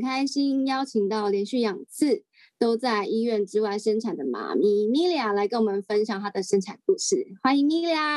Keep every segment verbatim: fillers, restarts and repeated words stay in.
开心邀请到连续两次都在医院之外生产的妈咪 Milia 来跟我们分享她的生产故事。欢迎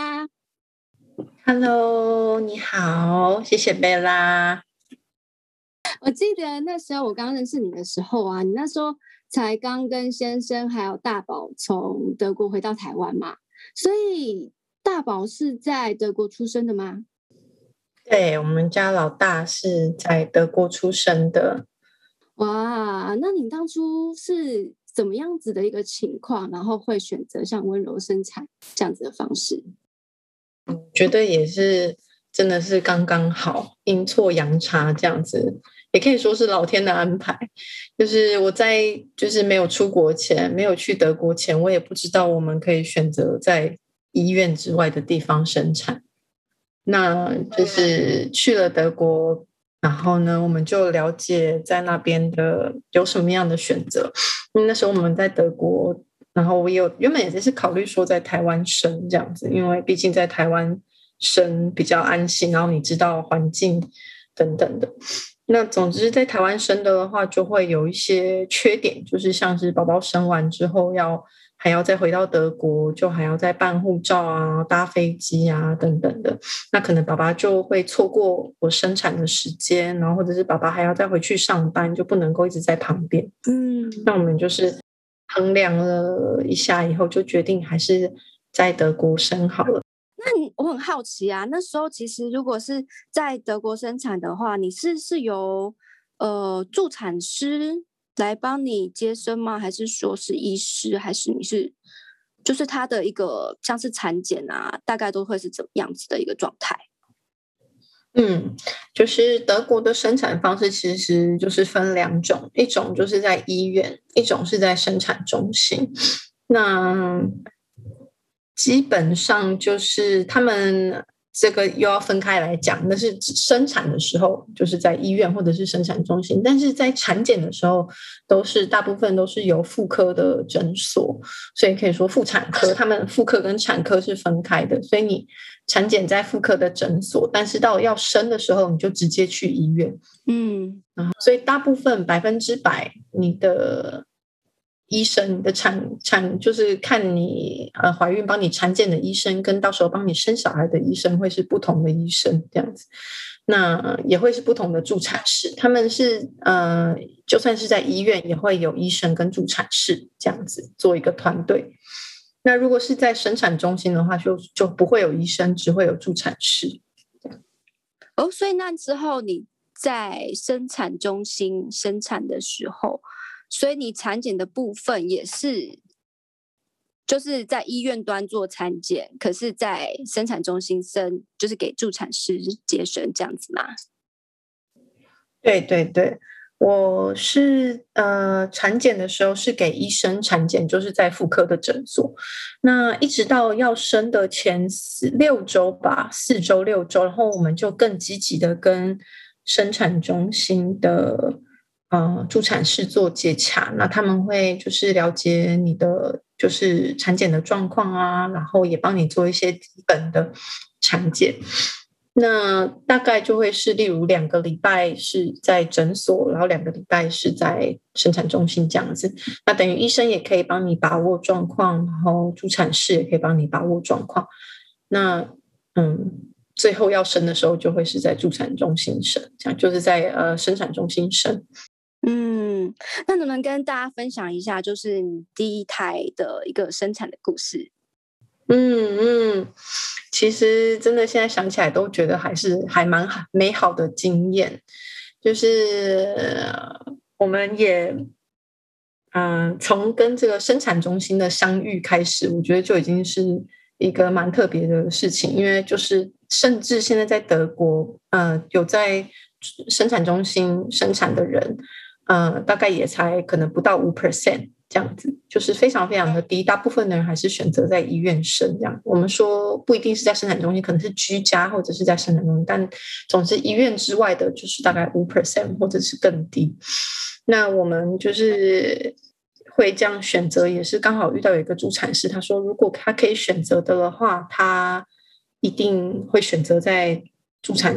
Milia。Hello， 你好，谢谢贝拉。 我记得那时候我刚认识你的时候啊，你那时候才刚跟先生还有大宝从德国回到台湾嘛，所以大宝是在德国出生的吗？ 对，我们家老大是在德国出生的。 哇，那你当初是怎么样子的一个情况，然后会选择像温柔生产这样子的方式？ 我觉得也是真的是刚刚好，阴错阳差这样子，也可以说是老天的安排。就是我在就是没有出国前，没有去德国前，我也不知道我们可以选择在医院之外的地方生产。那就是去了德国，然后呢，我们就了解在那边的有什么样的选择。因为那时候我们在德国，然后我有原本也是考虑说在台湾生这样子，因为毕竟在台湾生比较安心，然后你知道环境等等的。那总之在台湾生的话，就会有一些缺点，就是像是宝宝生完之后要还要再回到德国，就还要再办护照啊、搭飞机啊等等的。那可能爸爸就会错过我生产的时间，然后或者是爸爸还要再回去上班，就不能够一直在旁边。 嗯， 那我们就是衡量了一下以后，就决定还是在德国生好了。 那你我很好奇啊，那时候其实如果是在德国生产的话，你是是由呃助产师来帮你接生吗？还是说是医师？还是你是就是他的一个像是产检啊，大概都会是怎么样子的一个状态？ 嗯，就是德国的生产方式其实就是分两种，一种就是在医院，一种是在生产中心。那基本上就是他们这个又要分开来讲，那是生产的时候就是在医院或者是生产中心，但是在产检的时候都是大部分都是由妇科的诊所，所以可以说妇产科，他们妇科跟产科是分开的，所以你产检在妇科的诊所，但是到要生的时候你就直接去医院。 嗯， 然后所以大部分百分之百你的医生，你的产产就是看你呃怀孕帮你产检的医生，跟到时候帮你生小孩的医生会是不同的医生这样子。那也会是不同的助产士，他们是呃就算是在医院也会有医生跟助产士这样子做一个团队。那如果是在生产中心的话，就就不会有医生，只会有助产士。 哦，所以那之后你在生产中心生产的时候，所以你产检的部分也是就是在医院端做产检，可是在生产中心生就是给助产师接生这样子吗？ 对对对，我是呃产检的时候是给医生产检，就是在妇科的诊所。那一直到要生的前四六周吧，四周六周，然后我们就更积极的跟生产中心的呃助产士做接洽。那他们会就是了解你的就是产检的状况啊，然后也帮你做一些基本的产检。那大概就会是例如两个礼拜是在诊所，然后两个礼拜是在生产中心这样子。那等于医生也可以帮你把握状况，然后助产士也可以帮你把握状况。那嗯，最后要生的时候就会是在助产中心生，这样就是在呃生产中心生。 嗯，那能不能跟大家分享一下，就是你第一胎的一个生产的故事？ 嗯嗯，其实真的现在想起来都觉得还是还蛮美好的经验，就是我们也嗯、呃，从跟这个生产中心的相遇开始，我觉得就已经是一个蛮特别的事情，因为就是甚至现在在德国，呃，有在生产中心生产的人，呃，大概也才可能不到五 percent。这样子就是非常非常的低，大部分的人还是选择在医院生。这样我们说不一定是在生产中心，可能是居家或者是在生产中心，但总之医院之外的就是大概五 percent 或者是更低。那我们就是会这样选择，也是刚好遇到有一个助产士，他说如果他可以选择的话，他一定会选择在助产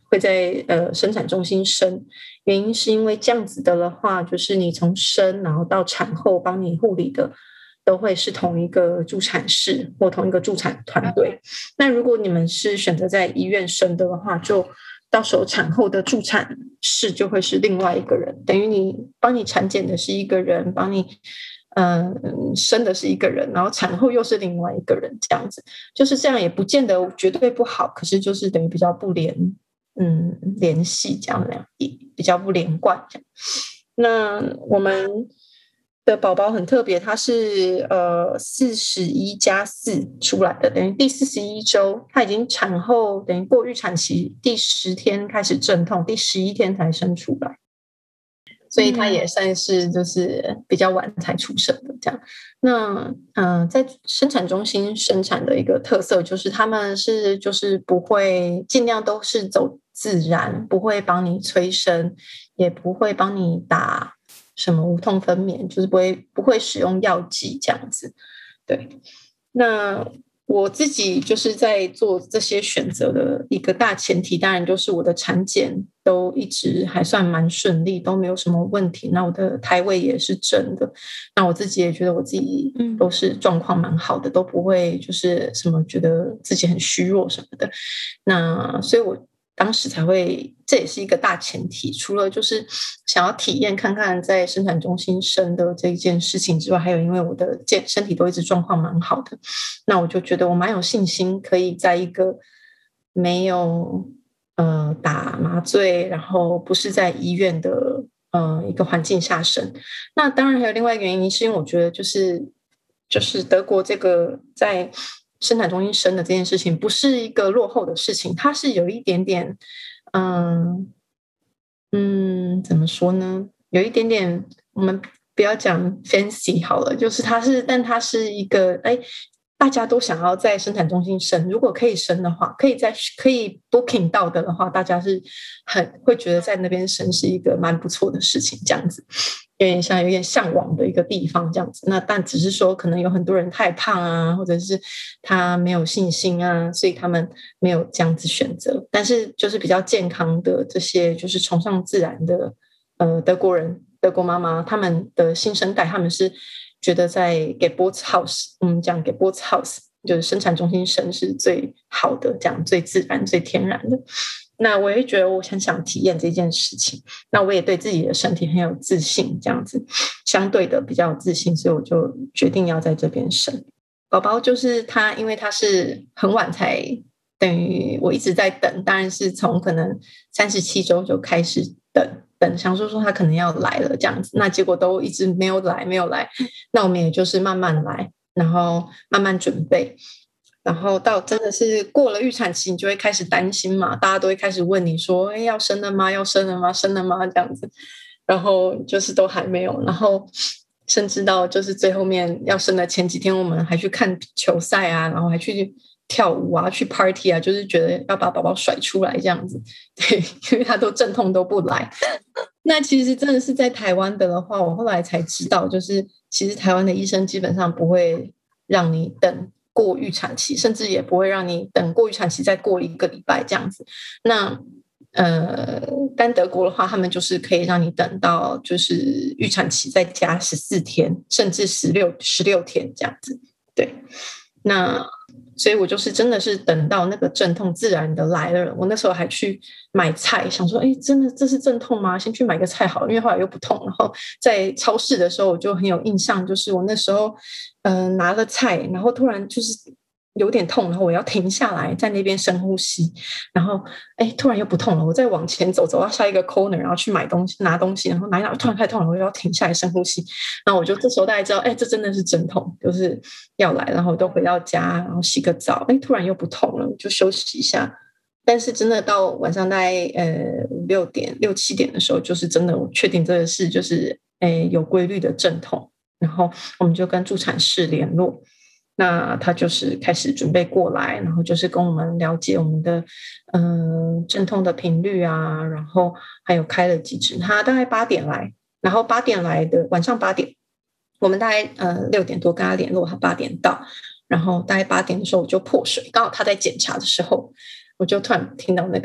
会在呃生产中心生，原因是因为这样子的话，就是你从生然后到产后帮你护理的都会是同一个助产士或同一个助产团队。那如果你们是选择在医院生的话，就到时候产后的助产士就会是另外一个人，等于你帮你产检的是一个人，帮你嗯生的是一个人，然后产后又是另外一个人，这样子就是这样，也不见得绝对不好，可是就是等于比较不连嗯联系这样两比较不连贯这样。那我们的宝宝很特别，他是呃四十一加四出来的，等于第四十一周，他已经产后等于过预产期第十天开始阵痛，第十一天才生出来，所以他也算是就是比较晚才出生的这样。那嗯、呃，在生产中心生产的一个特色就是他们是就是不会尽量都是走自然，不会帮你催生，也不会帮你打什么无痛分娩，就是不会不会使用药剂这样子。对，那我自己就是在做这些选择的一个大前提，当然就是我的产检都一直还算蛮顺利，都没有什么问题。那我的胎位也是正的，那我自己也觉得我自己都是状况蛮好的，都不会就是什么觉得自己很虚弱什么的。那所以我当时才会，这也是一个大前提，除了就是想要体验看看在生产中心生的这一件事情之外，还有因为我的健身体都一直状况蛮好的，那我就觉得我蛮有信心可以在一个没有呃打麻醉，然后不是在医院的呃一个环境下生。那当然还有另外一个原因，是因为我觉得就是就是德国这个在生产中心生的这件事情不是一个落后的事情，它是有一点点，嗯嗯，怎么说呢？有一点点，我们不要讲 fancy 好了，就是它是，但它是一个，哎，大家都想要在生产中心生，如果可以生的话，可以在可以 booking 到的的话，大家是很会觉得在那边生是一个蛮不错的事情，这样子。有点像有点向往的一个地方这样子，那但只是说可能有很多人太胖啊，或者是他没有信心啊，所以他们没有这样子选择。但是就是比较健康的这些就是崇尚自然的呃德国人德国妈妈，他们的新生代他们是觉得在 Geburtshaus 我们讲 Geburtshaus 就是生产中心生是最好的，这样最自然最天然的。那我也觉得我很想体验这件事情，那我也对自己的身体很有自信，这样子相对的比较有自信，所以我就决定要在这边生宝宝。就是他因为他是很晚才，等于我一直在等，当然是从可能三十七周就开始等等，想说说他可能要来了这样子，那结果都一直没有来没有来，那我们也就是慢慢来，然后慢慢准备，然后到真的是过了预产期，你就会开始担心嘛，大家都会开始问你说，哎，要生了吗？要生了吗？生了吗？这样子，然后就是都还没有，然后甚至到就是最后面要生的前几天，我们还去看球赛啊，然后还去跳舞啊，去 party 啊，就是觉得要把宝宝甩出来这样子，对，因为他都阵痛都不来。那其实真的是在台湾的的话，我后来才知道，就是其实台湾的医生基本上不会让你等过预产期，甚至也不会让你等过预产期再过一个礼拜这样子。那呃，但德国的话，他们就是可以让你等到就是预产期再加十四天，甚至十六十六天这样子。对，那所以我就是真的是等到那个阵痛自然的来了，我那时候还去买菜，想说，哎，真的这是阵痛吗？先去买个菜好了，因为后来又不痛。然后在超市的时候，我就很有印象，就是我那时候嗯、呃、拿了菜，然后突然就是有点痛，然后我要停下来在那边深呼吸，然后哎突然又不痛了，我再往前走走到下一个 corner， 然后去买东西拿东西，然后拿一拿突然太痛了，我又要停下来深呼吸，然后我就这时候大概知道，哎，这真的是阵痛，就是要来，然后我都回到家，然后洗个澡，哎，突然又不痛了，就休息一下。但是真的到晚上大概呃五六点六七点的时候，就是真的我确定这个是就是诶有规律的阵痛，然后我们就跟助产士联络，那他就是开始准备过来，然后就是跟我们了解我们的嗯、呃、阵痛的频率啊，然后还有开了几指。他大概八点来，然后八点来的晚上八点，我们大概呃六点多跟他联络，他八点到，然后大概八点的时候我就破水，刚好他在检查的时候。我就突然听到那个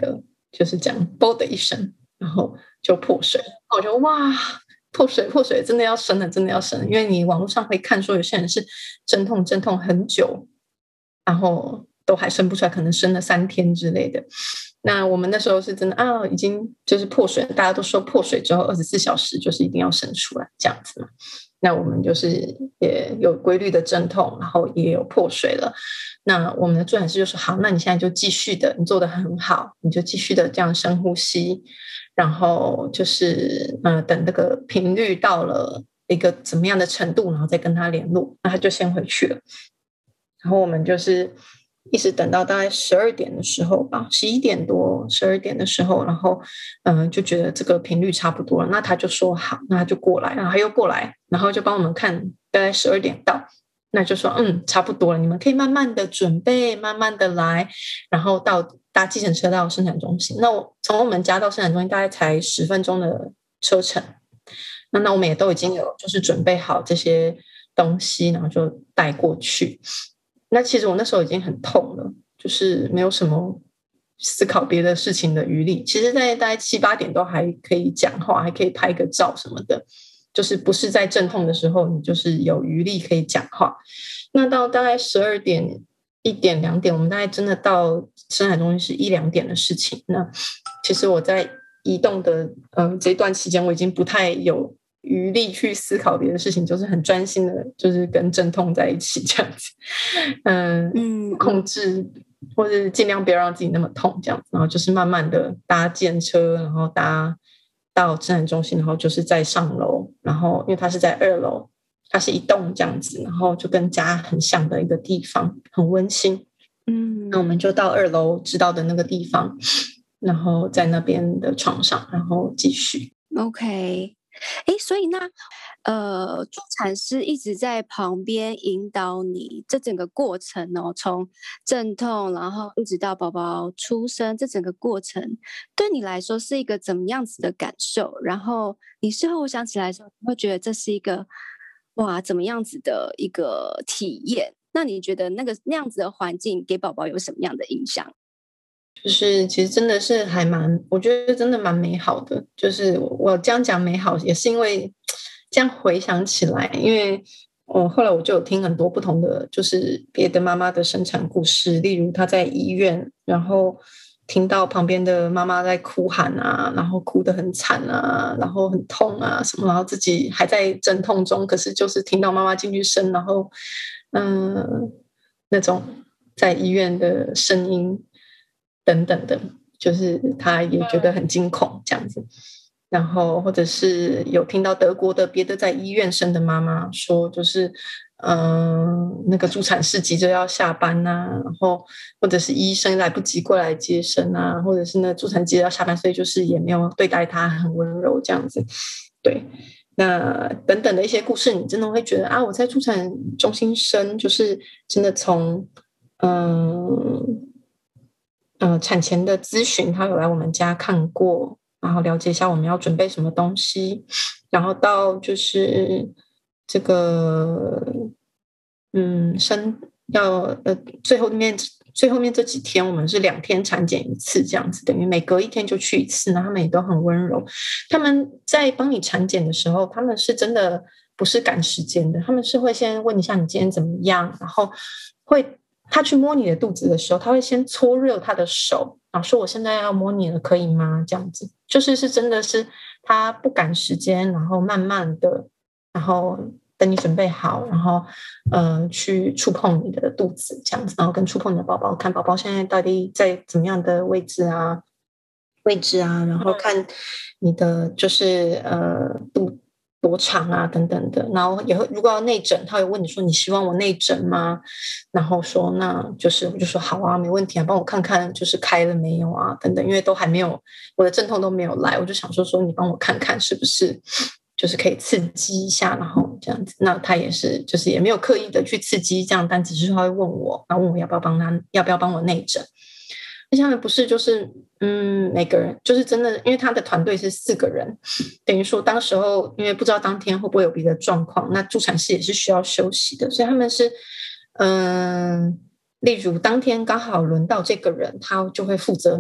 就是这样啵的一声，然后就破水。我就哇，破水破水，真的要生了，真的要生了。因为你网络上会看说有些人是阵痛阵痛很久，然后都还生不出来，可能生了三天之类的。那我们那时候是真的啊，已经就是破水，大家都说破水之后二十四小时就是一定要生出来这样子嘛。那我们就是也有规律的阵痛，然后也有破水了。那我们的助产士就说好，那你现在就继续的，你做得很好，你就继续的这样深呼吸，然后就是呃等那个频率到了一个怎么样的程度，然后再跟他联络。那他就先回去了。然后我们就是一直等到大概十二点的时候吧，十一点多十二点的时候，然后嗯、呃、就觉得这个频率差不多了，那他就说好，那他就过来，然后他又过来，然后就帮我们看大概十二点到，那就说嗯差不多了，你们可以慢慢的准备，慢慢的来，然后到搭计程车到生产中心。那我从我们家到生产中心大概才十分钟的车程，那那我们也都已经有就是准备好这些东西，然后就带过去。那其实我那时候已经很痛了，就是没有什么思考别的事情的余力。其实在大概七八点都还可以讲话，还可以拍个照什么的，就是不是在阵痛的时候你就是有余力可以讲话。那到大概十二点一点两点，我们大概真的到生产中心是一两点的事情。那其实我在移动的呃这段期间，我已经不太有余力去思考别的事情，就是很专心的就是跟阵痛在一起这样子。嗯嗯，控制或者尽量不要让自己那么痛这样子，然后就是慢慢的搭电车，然后搭到生产中心，然后就是再上楼，然后因为它是在二楼，它是一栋这样子，然后就跟家很像的一个地方，很温馨。嗯，那我们就到二楼知道的那个地方，然后在那边的床上，然后继续。 OK。哎，所以那呃，助产师一直在旁边引导你这整个过程哦，从阵痛，然后一直到宝宝出生，这整个过程对你来说是一个怎么样子的感受？然后你事后想起来的时候，你会觉得这是一个哇，怎么样子的一个体验？那你觉得那个那样子的环境给宝宝有什么样的影响？ 就是其实真的是还蛮，我觉得真的蛮美好的。就是我这样讲美好，也是因为这样回想起来，因为我后来我就有听很多不同的，就是别的妈妈的生产故事，例如她在医院，然后听到旁边的妈妈在哭喊啊，然后哭得很惨啊，然后很痛啊什么，然后自己还在阵痛中，可是就是听到妈妈进去生，然后嗯那种在医院的声音。等等的，就是他也觉得很惊恐这样子。然后或者是有听到德国的别的在医院生的妈妈说，就是嗯、呃，那个助产士急着要下班啊，然后或者是医生来不及过来接生啊，或者是那助产急着要下班，所以就是也没有对待他很温柔这样子。对，那等等的一些故事，你真的会觉得啊，我在助产中心生，就是真的从嗯。呃，产前的咨询，他有来我们家看过，然后了解一下我们要准备什么东西，然后到就是这个，嗯，生要呃最后面最后面这几天，我们是两天产检一次，这样子，等于每隔一天就去一次，那他们也都很温柔。他们在帮你产检的时候，他们是真的不是赶时间的，他们是会先问一下你今天怎么样，然后会。他去摸你的肚子的时候，他会先搓热他的手，然后说：“我现在要摸你了，可以吗？”这样子，就是是真的是他不赶时间，然后慢慢的，然后等你准备好，然后呃去触碰你的肚子，这样子，然后跟触碰你的宝宝，看宝宝现在到底在怎么样的位置啊，位置啊，然后看你的就是呃肚。多长啊，等等的，然后也会如果要内诊，他会问你说你希望我内诊吗？然后说那就是我就说好啊，没问题啊，帮我看看就是开了没有啊，等等，因为都还没有我的阵痛都没有来，我就想说说你帮我看看是不是就是可以刺激一下，然后这样子，那他也是就是也没有刻意的去刺激这样，但只是他会问我，然后问我要不要帮他要不要帮我内诊。而且他们不是就是嗯，每个人就是真的，因为他的团队是四个人，等于说当时候因为不知道当天会不会有别的状况，那助产士也是需要休息的，所以他们是嗯，例如当天刚好轮到这个人，他就会负责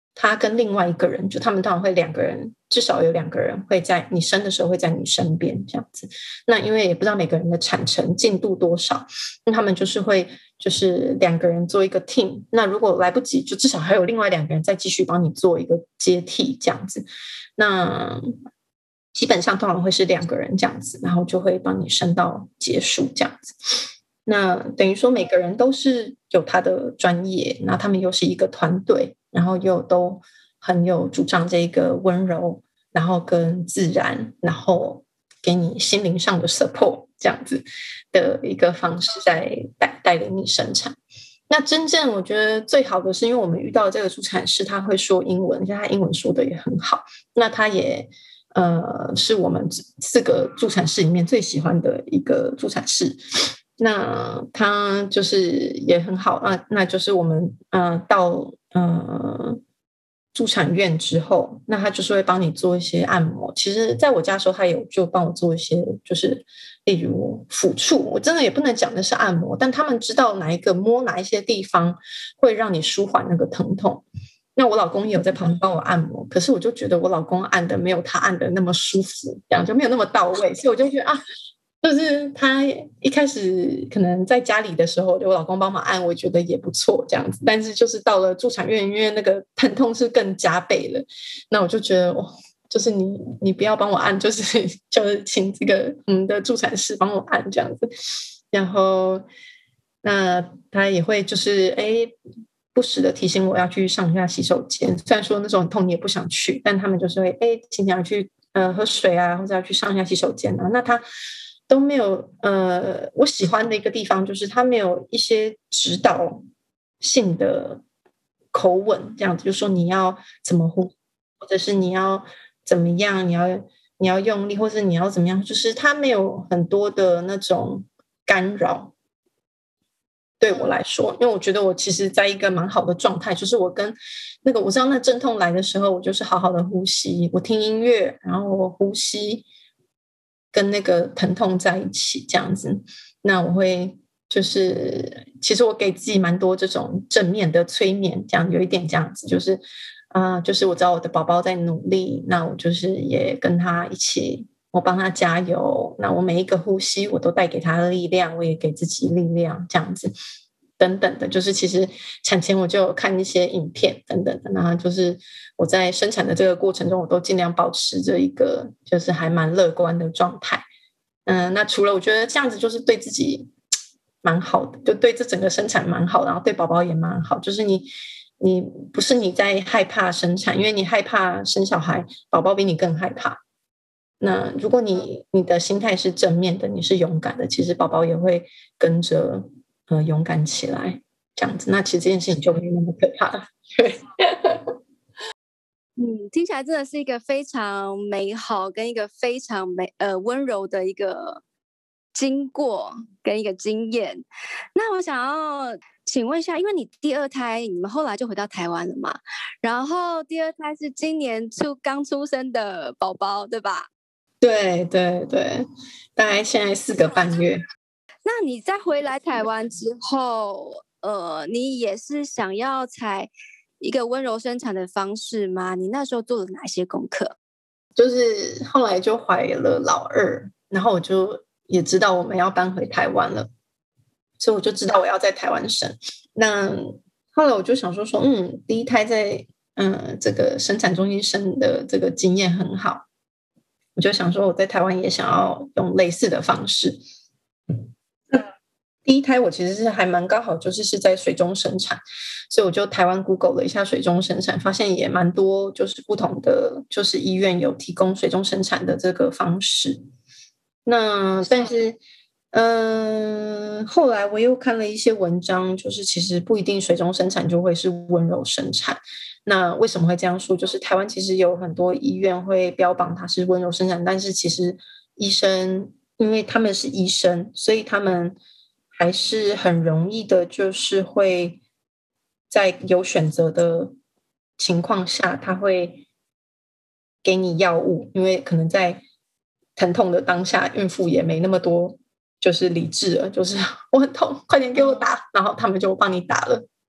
他跟另外一个人，就他们当然会两个人，至少有两个人会在你生的时候会在你身边这样子。那因为也不知道每个人的产程进度多少，那他们就是会就是两个人做一个 team。那如果来不及，就至少还有另外两个人再继续帮你做一个接替这样子。那基本上通常会是两个人这样子，然后就会帮你生到结束这样子。那等于说每个人都是有他的专业，那他们又是一个团队，然后又都很有主张这个温柔，然后跟自然，然后给你心灵上的 support 这样子的一个方式在带带领你生产。那真正我觉得最好的是，因为我们遇到的这个助产士他会说英文，而且他英文说的也很好，那他也呃是我们四个助产士里面最喜欢的一个助产士。那他就是也很好，那那就是我们呃到呃助产院之后，那他就是会帮你做一些按摩。其实在我家的时候，他有就帮我做一些，就是例如抚触，我真的也不能讲的是按摩，但他们知道哪一个摸哪一些地方会让你舒缓那个疼痛。那我老公也有在旁边帮我按摩，可是我就觉得我老公按的没有他按的那么舒服，这样就没有那么到位，所以我就觉得啊。就是他一开始可能在家里的时候，我老公帮忙按，我觉得也不错这样子。但是就是到了助产院，因为那个疼痛是更加倍了，那我就觉得哇，就是你你不要帮我按，就是就是请这个我们的助产士帮我按这样子。然后那他也会就是哎不时的提醒我要去上一下洗手间，虽然说那时候很痛你也不想去，但他们就是会哎请你要去呃喝水啊，或者要去上一下洗手间啊。那他都没有呃，我喜欢的一个地方就是他没有一些指导性的口吻，这样子就说你要怎么呼，或者是你要怎么样，你要你要用力，或者你要怎么样，就是他没有很多的那种干扰。对我来说，因为我觉得我其实在一个蛮好的状态，就是我跟那个我知道那阵痛来的时候，我就是好好的呼吸，我听音乐，然后我呼吸。跟那个疼痛在一起这样子，那我会就是其实我给自己蛮多这种正面的催眠，这样有一点这样子，就是啊、呃，就是我知道我的宝宝在努力，那我就是也跟他一起，我帮他加油，那我每一个呼吸我都带给他的力量，我也给自己力量这样子。等等的，就是其实产前我就有看一些影片等等的，然后就是我在生产的这个过程中，我都尽量保持着一个就是还蛮乐观的状态。嗯，那除了我觉得这样子就是对自己蛮好的，就对这整个生产蛮好，然后对宝宝也蛮好。就是你你不是你在害怕生产，因为你害怕生小孩，宝宝比你更害怕。那如果你你的心态是正面的，你是勇敢的，其实宝宝也会跟着。呃，勇敢起来，这样子，那其实这件事情就没那么可怕了。对， 嗯，听起来真的是一个非常美好跟一个非常美呃温柔的一个经过跟一个经验。那我想要请问一下，因为你第二胎你们后来就回到台湾了嘛？然后第二胎是今年出刚出生的宝宝，对吧？ 对对对，大概现在四个半月。 那你在回来台湾之后，呃，你也是想要采一个温柔生产的方式吗？你那时候做了哪些功课？ 就是后来就怀了老二，然后我就也知道我们要搬回台湾了，所以我就知道我要在台湾生。那后来我就想说说，嗯，第一胎在嗯、呃、这个生产中心生的这个经验很好，我就想说我在台湾也想要用类似的方式。第一胎我其实是还蛮刚好，就是是在水中生产，所以我就台湾 Google 了一下水中生产，发现也蛮多就是不同的就是医院有提供水中生产的这个方式。那但是嗯、呃，后来我又看了一些文章，就是其实不一定水中生产就会是温柔生产。那为什么会这样说？就是台湾其实有很多医院会标榜它是温柔生产，但是其实医生因为他们是医生，所以他们还是很容易的，就是会在有选择的情况下，他会给你药物，因为可能在疼痛的当下，孕妇也没那么多就是理智了，就是我很痛，快点给我打，然后他们就帮你打了。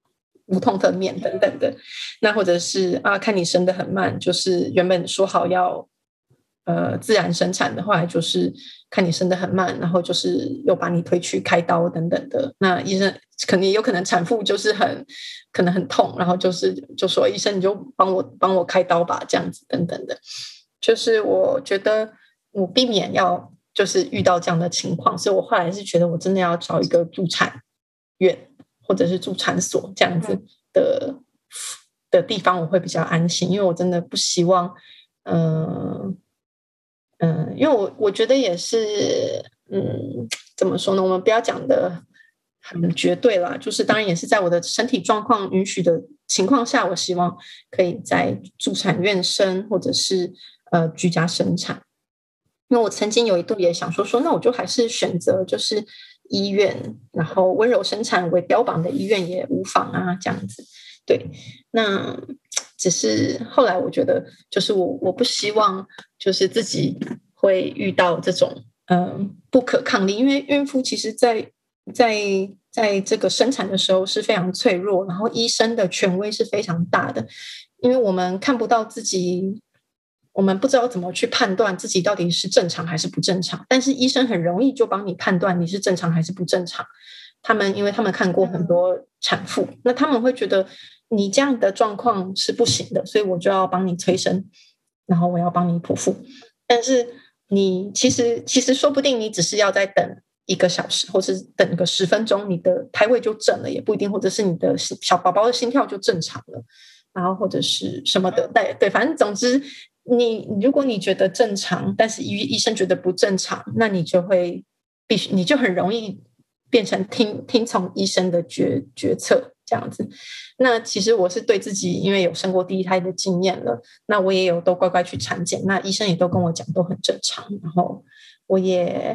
无痛分娩等等的。那或者是啊，看你生得很慢，就是原本说好要呃自然生产的，后来就是看你生得很慢，然后就是又把你推去开刀等等的。那医生可能也有可能产妇就是很可能很痛，然后就是就说医生你就帮我帮我开刀吧，这样子等等的。就是我觉得我避免要就是遇到这样的情况，所以我后来是觉得我真的要找一个助产院或者是助产所这样子的的地方，我会比较安心，因为我真的不希望嗯嗯、呃，因为我我觉得也是嗯怎么说呢，我们不要讲的很绝对啦，就是当然也是在我的身体状况允许的情况下，我希望可以在助产院生或者是呃居家生产。因为我曾经有一度也想说说，那我就还是选择就是医院，然后温柔生产为标榜的医院也无妨啊，这样子。对，那只是后来我觉得，就是我我不希望就是自己会遇到这种嗯、呃、不可抗力，因为孕妇其实在在在这个生产的时候是非常脆弱，然后医生的权威是非常大的，因为我们看不到自己。我们不知道怎么去判断自己到底是正常还是不正常，但是医生很容易就帮你判断你是正常还是不正常。他们因为他们看过很多产妇，那他们会觉得你这样的状况是不行的，所以我就要帮你催生，然后我要帮你剖腹。但是你其实其实说不定你只是要再等一个小时，或是等个十分钟，你的胎位就正了，也不一定，或者是你的小宝宝的心跳就正常了，然后或者是什么的，对对，反正总之。你如果你觉得正常，但是医医生觉得不正常，那你就会必须，你就很容易变成听听从医生的决决策这样子。那其实我是对自己，因为有生过第一胎的经验了，那我也有都乖乖去产检，那医生也都跟我讲都很正常，然后我也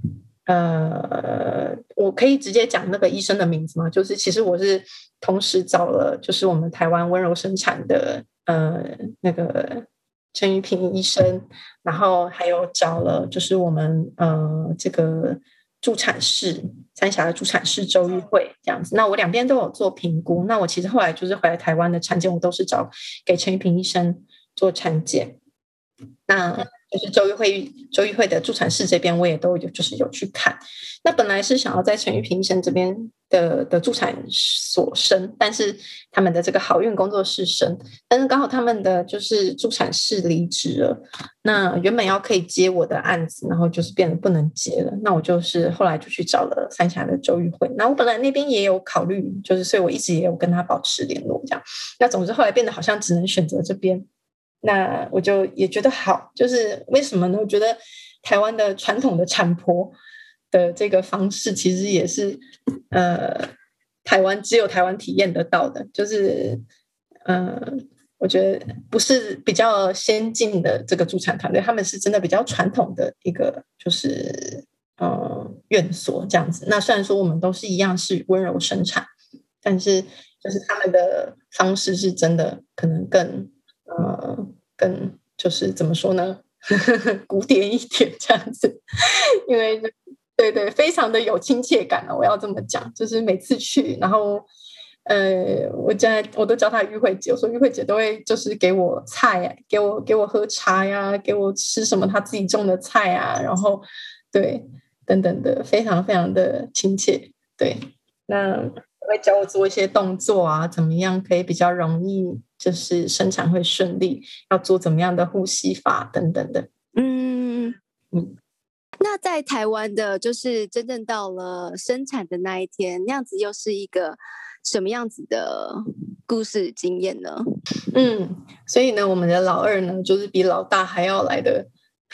呃，我可以直接讲那个医生的名字吗？就是其实我是同时找了，就是我们台湾温柔生产的呃那个。陈玉平医生，然后还有找了就是我们呃这个助产士三峡的助产士周玉慧这样子，那我两边都有做评估。那我其实后来就是回来台湾的产检，我都是找给陈玉平医生做产检。那就是周玉慧周玉慧的助产士这边，我也都有就是有去看。那本来是想要在陈玉平医生这边的的助产所生，但是他们的这个好运工作室生，但是刚好他们的就是助产士离职了，那原本要可以接我的案子，然后就是变得不能接了。那我就是后来就去找了三峡的周玉慧。那我本来那边也有考虑，就是所以我一直也有跟他保持联络这样。那总之后来变得好像只能选择这边。那我就也觉得好，就是为什么呢？我觉得台湾的传统的产婆的这个方式，其实也是呃，台湾只有台湾体验得到的，就是呃，我觉得不是比较先进的这个助产团队，他们是真的比较传统的一个，就是呃院所这样子。那虽然说我们都是一样是温柔生产，但是就是他们的方式是真的可能更。呃，更就是怎么说呢，古典一点这样子，因为对对，非常的有亲切感了。我要这么讲，就是每次去，然后呃，我叫我都叫她玉慧姐，我说玉慧姐都会就是给我菜，给我给我喝茶呀，给我吃什么她自己种的菜啊，然后对等等的，非常非常的亲切。对，那会教我做一些动作啊，怎么样可以比较容易。就是生产会顺利，要做怎么样的呼吸法等等的。 嗯嗯。那在台湾的，就是真正到了生产的那一天，那样子又是一个什么样子的故事经验呢？ 嗯，所以呢，我们的老二呢，就是比老大还要来的，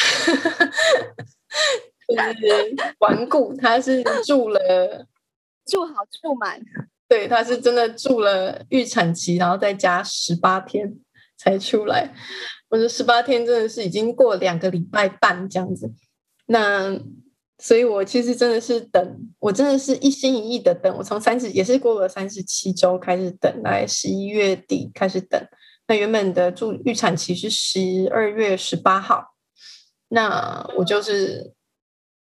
就是顽固，他是住了住好住满。 对，他是真的住了预产期，然后再加十八天才出来。我说十八天真的是已经过两个礼拜半这样子。那所以我其实真的是等，我真的是一心一意的等。我从三十也是过了三十七周开始等，来十一月底开始等。那原本的住预产期是十二月十八号，那我就是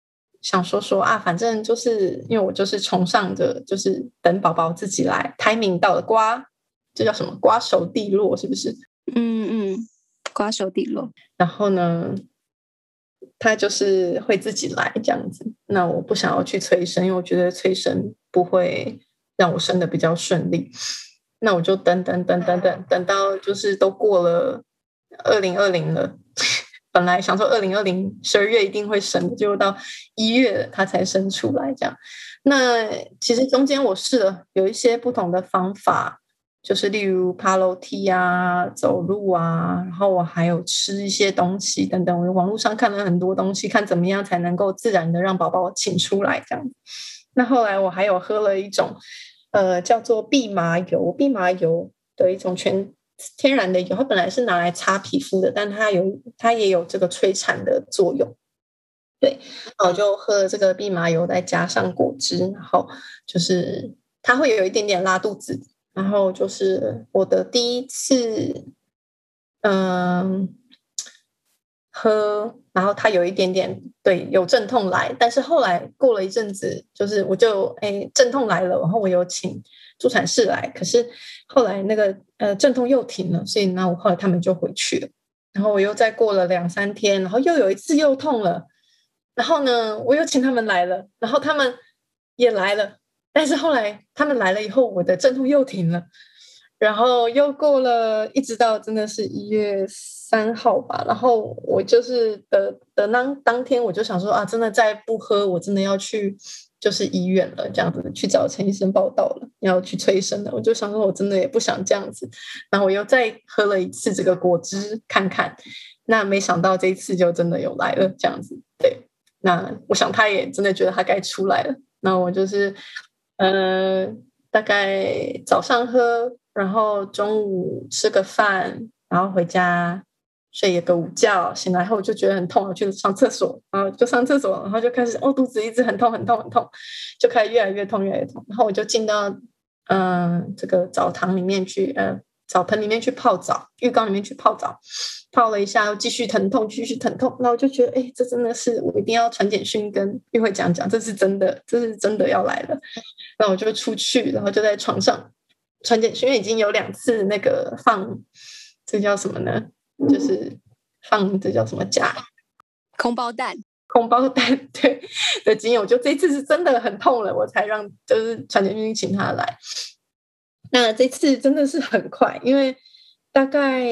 想说说啊，反正就是因为我就是崇尚着就是等宝宝自己来，timing 到了瓜，这叫什么？瓜熟蒂落，是不是？ 嗯嗯，瓜熟蒂落。 然后呢，他就是会自己来这样子。那我不想要去催生，因为我觉得催生不会让我生的比较顺利。那我就等等等等等等到就是都过了二零二零了。本来想说二零二零十二月一定会生的，结果到一月他才生出来这样。那其实中间我试了有一些不同的方法，就是例如爬楼梯啊、走路啊，然后我还有吃一些东西等等。我网络上看了很多东西，看怎么样才能够自然的让宝宝请出来这样。那后来我还有喝了一种呃叫做蓖麻油，蓖麻油的一种全天然的油，它本来是拿来擦皮肤的，但它有它也有这个催产的作用。对，我就喝了这个蓖麻油，再加上果汁，然后就是它会有一点点拉肚子。然后就是我的第一次，嗯，喝，然后它有一点点对有阵痛来，但是后来过了一阵子，就是我就哎阵痛来了，然后我有请助产士来，可是后来那个呃阵痛又停了，所以那我后来他们就回去了。然后我又再过了两三天，然后又有一次又痛了，然后呢我又请他们来了，然后他们也来了，但是后来他们来了以后，我的阵痛又停了。然后又过了，一直到真的是一月三号吧。然后我就是的的当当天，我就想说啊，真的再不喝，我真的要去就是医院了，这样子去找陈医生报道了，要去催生了。我就想说，我真的也不想这样子。然后我又再喝了一次这个果汁看看，那没想到这一次就真的有来了，这样子。对，那我想他也真的觉得他该出来了。那我就是呃，大概早上喝。然后中午吃个饭，然后回家睡一个午觉，醒来后就觉得很痛，我去上厕所，然后就上厕所，然后就开始哦肚子一直很痛很痛很痛，就开始越来越痛越来越痛，然后我就进到嗯、呃、这个澡堂里面去，呃澡盆里面去泡澡，浴缸里面去泡澡，泡了一下又继续疼痛继续疼痛，然后我就觉得哎，这真的是我一定要传简讯跟玉慧讲讲，这是真的，这是真的要来了。然后我就出去，然后就在床上传简讯，因为已经有两次那个放，这叫什么呢？就是放这叫什么假空包蛋， 空包蛋对的经验，我就这一次是真的很痛了，我才让就是传简讯请他来。那这次真的是很快，因为大概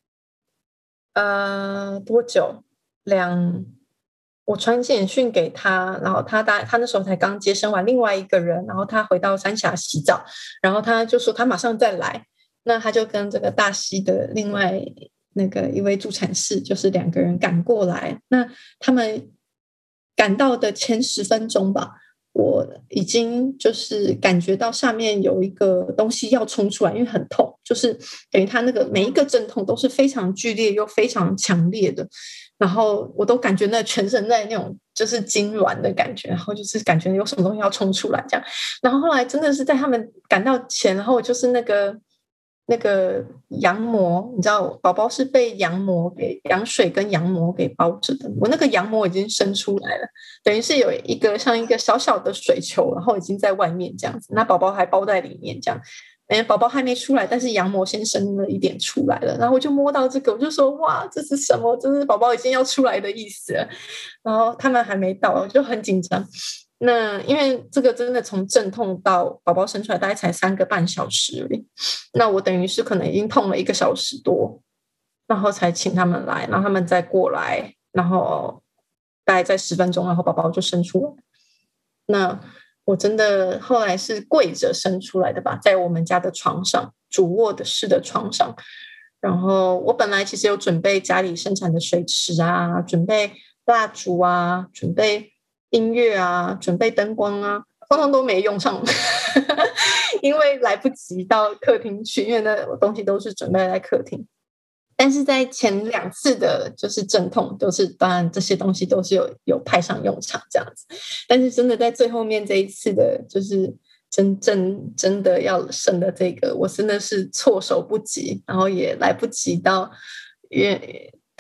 呃多久两。我传简讯给他，然后他大他那时候才刚接生完另外一个人，然后他回到三峡洗澡，然后他就说他马上再来，那他就跟这个大溪的另外那个一位助产士，就是两个人赶过来。那他们赶到的前十分钟吧，我已经就是感觉到下面有一个东西要冲出来，因为很痛，就是等于他那个每一个阵痛都是非常剧烈又非常强烈的。然后我都感觉那全身在那种就是痉挛的感觉，然后就是感觉有什么东西要冲出来这样。然后后来真的是在他们赶到前，然后就是那个那个羊膜，你知道宝宝是被羊膜给羊水跟羊膜给包着的，我那个羊膜已经生出来了，等于是有一个像一个小小的水球，然后已经在外面这样子，那宝宝还包在里面这样。哎，宝宝还没出来，但是羊膜先生了一点出来了，然后我就摸到这个，我就说哇，这是什么？这是宝宝已经要出来的意思了。然后他们还没到，我就很紧张。那因为这个真的从阵痛到宝宝生出来大概才三个半小时而已，那我等于是可能已经痛了一个小时多，然后才请他们来，然后他们再过来，然后大概在十分钟，然后宝宝就生出来。那我真的后来是跪着生出来的吧，在我们家的床上，主卧的室的床上。然后我本来其实有准备家里生产的水池啊，准备蜡烛啊，准备音乐啊，准备灯光啊，通通都没用上因为来不及到客厅去，因为那东西都是准备在客厅。但是在前两次的就是阵痛都是当然这些东西都是有有派上用场这样子，但是真的在最后面这一次的就是真正真的要生的这个，我真的是措手不及，然后也来不及到，因为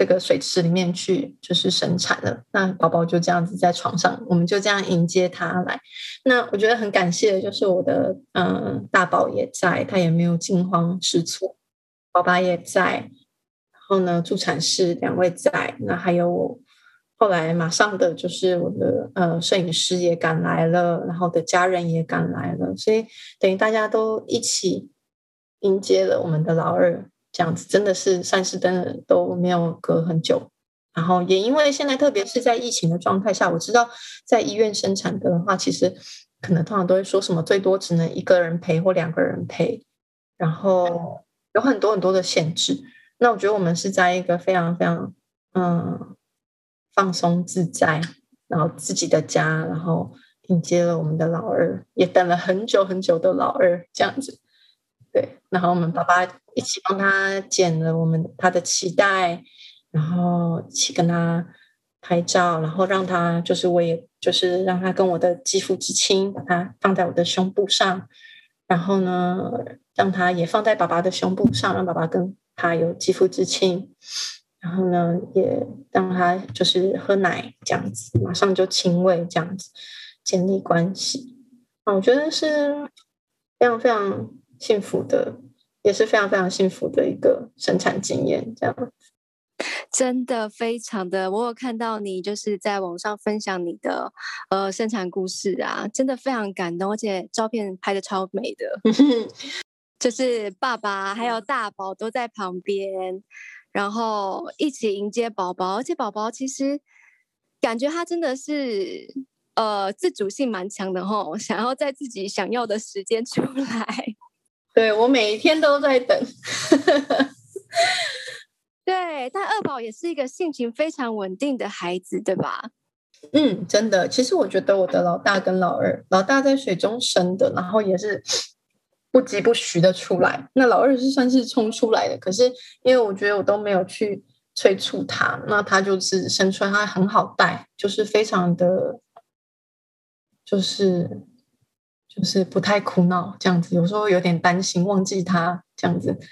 这个水池里面去就是生产了。那宝宝就这样子在床上，我们就这样迎接他来。那我觉得很感谢的就是我的嗯、呃、大宝也在，他也没有惊慌失措，爸爸也在，然后呢助产士两位在，那还有我后来马上的就是我的呃摄影师也赶来了，然后的家人也赶来了，所以等于大家都一起迎接了我们的老二，这样子真的是算是真的都没有隔很久。然后也因为现在特别是在疫情的状态下，我知道在医院生产的话，其实可能通常都会说什么最多只能一个人陪或两个人陪，然后有很多很多的限制。那我觉得我们是在一个非常非常嗯放松自在，然后自己的家，然后迎接了我们的老二，也等了很久很久的老二，这样子。对，然后我们爸爸一起帮他剪了我们他的脐带，然后一起跟他拍照，然后让他就是我也就是让他跟我的肌肤之亲，把他放在我的胸部上，然后呢让他也放在爸爸的胸部上，让爸爸跟他有肌肤之亲。然后呢，也让他就是喝奶这样子，马上就亲喂这样子，建立关系。啊，我觉得是非常非常幸福的，也是非常非常幸福的一个生产经验，这样。 真的非常的，我有看到你就是在网上分享你的呃生产故事啊，真的非常感动，而且照片拍的超美的，就是爸爸还有大宝都在旁边。然后一起迎接宝宝，而且宝宝其实感觉他真的是呃自主性蛮强的吼，想要在自己想要的时间出来。 对，我每一天都在等。 对，但二宝也是一个性情非常稳定的孩子，对吧？ 嗯，真的，其实我觉得我的老大跟老二，老大在水中生的，然后也是不疾不徐的出来，那老二是算是冲出来的，可是因为我觉得我都没有去催促他，那他就是生出来，他很好带，就是非常的，就是就是不太哭闹这样子，有时候有点担心忘记他这样子。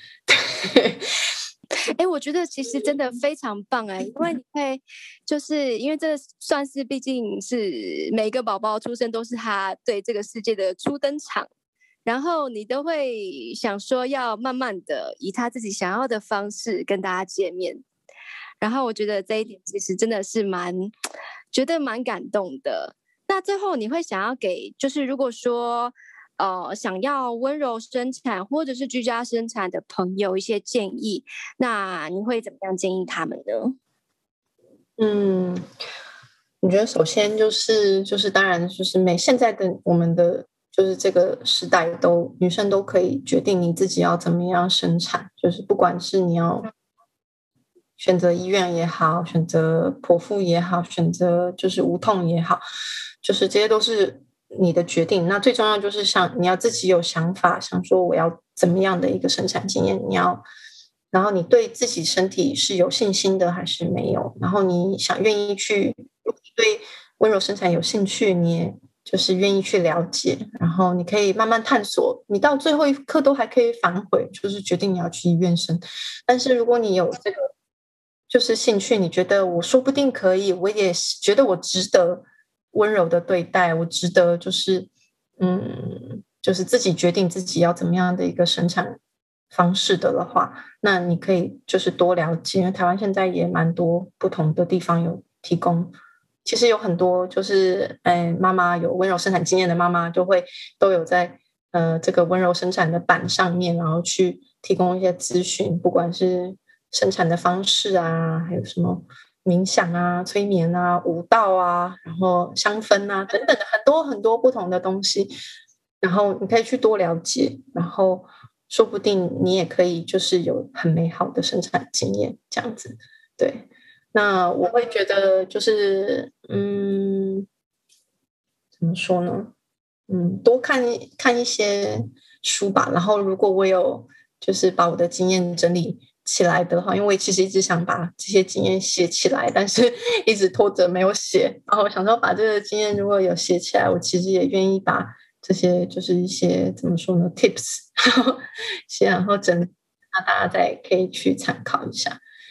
哎，我觉得其实真的非常棒哎，因为你会就是因为这算是毕竟是每个宝宝出生都是他对这个世界的初登场，然后你都会想说要慢慢的以他自己想要的方式跟大家见面，然后我觉得这一点其实真的是蛮觉得蛮感动的。那最后你会想要给就是如果说呃，想要温柔生产或者是居家生产的朋友一些建议，那你会怎么样建议他们呢？ 嗯，我觉得首先就是就是当然就是每现在的我们的就是这个时代都女生都可以决定你自己要怎么样生产，就是不管是你要选择医院也好，选择剖腹也好，选择就是无痛也好，就是这些都是你的决定。那最重要就是想你要自己有想法，想说我要怎么样的一个生产经验，你要，然后你对自己身体是有信心的还是没有？然后你想愿意去，如果你对温柔生产有兴趣，你也就是愿意去了解，然后你可以慢慢探索，你到最后一刻都还可以反悔，就是决定你要去医院生。但是如果你有这个就是兴趣，你觉得我说不定可以，我也觉得我值得温柔的对待，我值得就是嗯，就是自己决定自己要怎么样的一个生产方式的的话，那你可以就是多了解，因为台湾现在也蛮多不同的地方有提供。其实有很多就是哎，妈妈有温柔生产经验的妈妈就会都有在呃这个温柔生产的板上面，然后去提供一些咨询，不管是生产的方式啊，还有什么冥想啊、催眠啊、舞蹈啊，然后香氛啊等等的很多很多不同的东西，然后你可以去多了解，然后说不定你也可以就是有很美好的生产经验这样子。对，那我会觉得就是嗯，怎么说呢？嗯，多看看一些书吧。然后，如果我有就是把我的经验整理起来的话，因为我其实一直想把这些经验写起来，但是一直拖着没有写。然后我想说，把这个经验如果有写起来，我其实也愿意把这些就是一些怎么说呢，tips 写，然后整，那大家再可以去参考一下。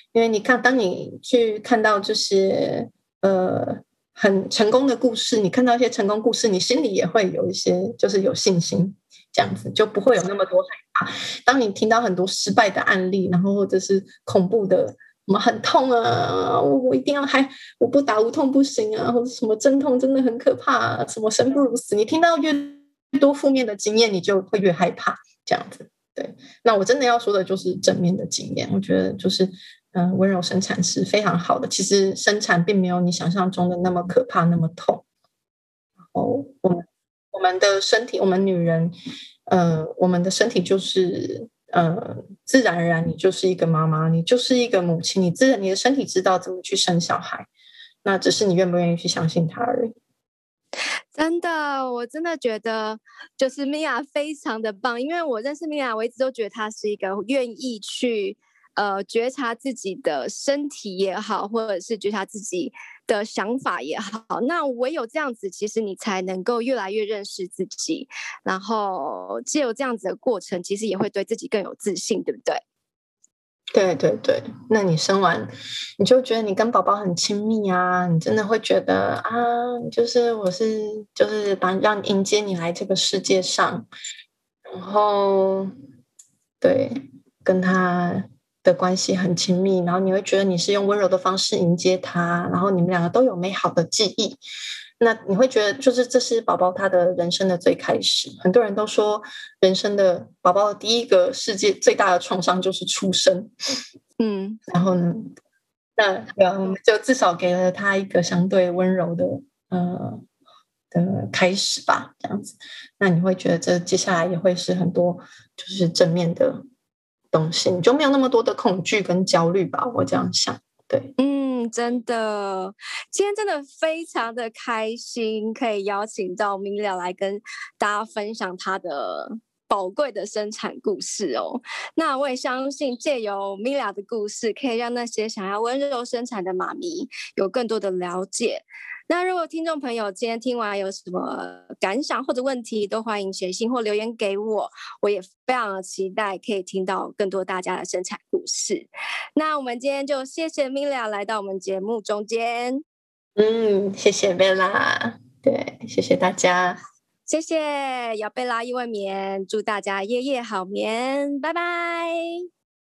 因为你看，当你去看到这些呃很成功的故事，你看到一些成功故事，你心里也会有一些就是有信心，这样子就不会有那么多害怕。当你听到很多失败的案例，然后或者是恐怖的，什么很痛啊，我我一定要还我不打无痛不行啊，或者什么阵痛真的很可怕啊，什么生不如死，你听到越多负面的经验，你就会越害怕，这样子。对，那我真的要说的就是正面的经验，我觉得就是嗯、呃，温柔生产是非常好的。其实生产并没有你想象中的那么可怕，那么痛。然后我们我们的身体，我们女人，呃，我们的身体就是呃，自然而然你就是一个妈妈，你就是一个母亲，你自然你的身体知道怎么去生小孩，那只是你愿不愿意去相信它而已。 真的，我真的觉得就是 Mia 非常的棒，因为我认识 Mia， 我一直都觉得她是一个愿意去呃觉察自己的身体也好，或者是觉察自己的想法也好。那唯有这样子，其实你才能够越来越认识自己，然后藉由这样子的过程，其实也会对自己更有自信，对不对？ 对对对，那你生完，你就觉得你跟宝宝很亲密啊，你真的会觉得啊，就是我是就是把让迎接你来这个世界上，然后对跟他的关系很亲密，然后你会觉得你是用温柔的方式迎接他，然后你们两个都有美好的记忆。那你会觉得，就是这是宝宝他的人生的最开始。很多人都说，人生的宝宝的第一个世界最大的创伤就是出生。 嗯， 然后呢，那对啊，我们就至少给了他一个相对温柔的呃的开始吧，这样子。那你会觉得这接下来也会是很多就是正面的东西，你就没有那么多的恐惧跟焦虑吧？我这样想，对。 嗯，真的，今天真的非常的开心，可以邀请到明了来跟大家分享她的宝贵的生产故事哦。那我也相信，借由 Mila 的故事，可以让那些想要温柔生产的妈咪有更多的了解。那如果听众朋友今天听完有什么感想或者问题，都欢迎写信或留言给我，我也非常的期待可以听到更多大家的生产故事。那我们今天就谢谢 Mila 来到我们节目中间。 嗯，谢谢贝拉，对，谢谢大家， 谢谢姚贝拉伊未眠，祝大家夜夜好眠，拜拜。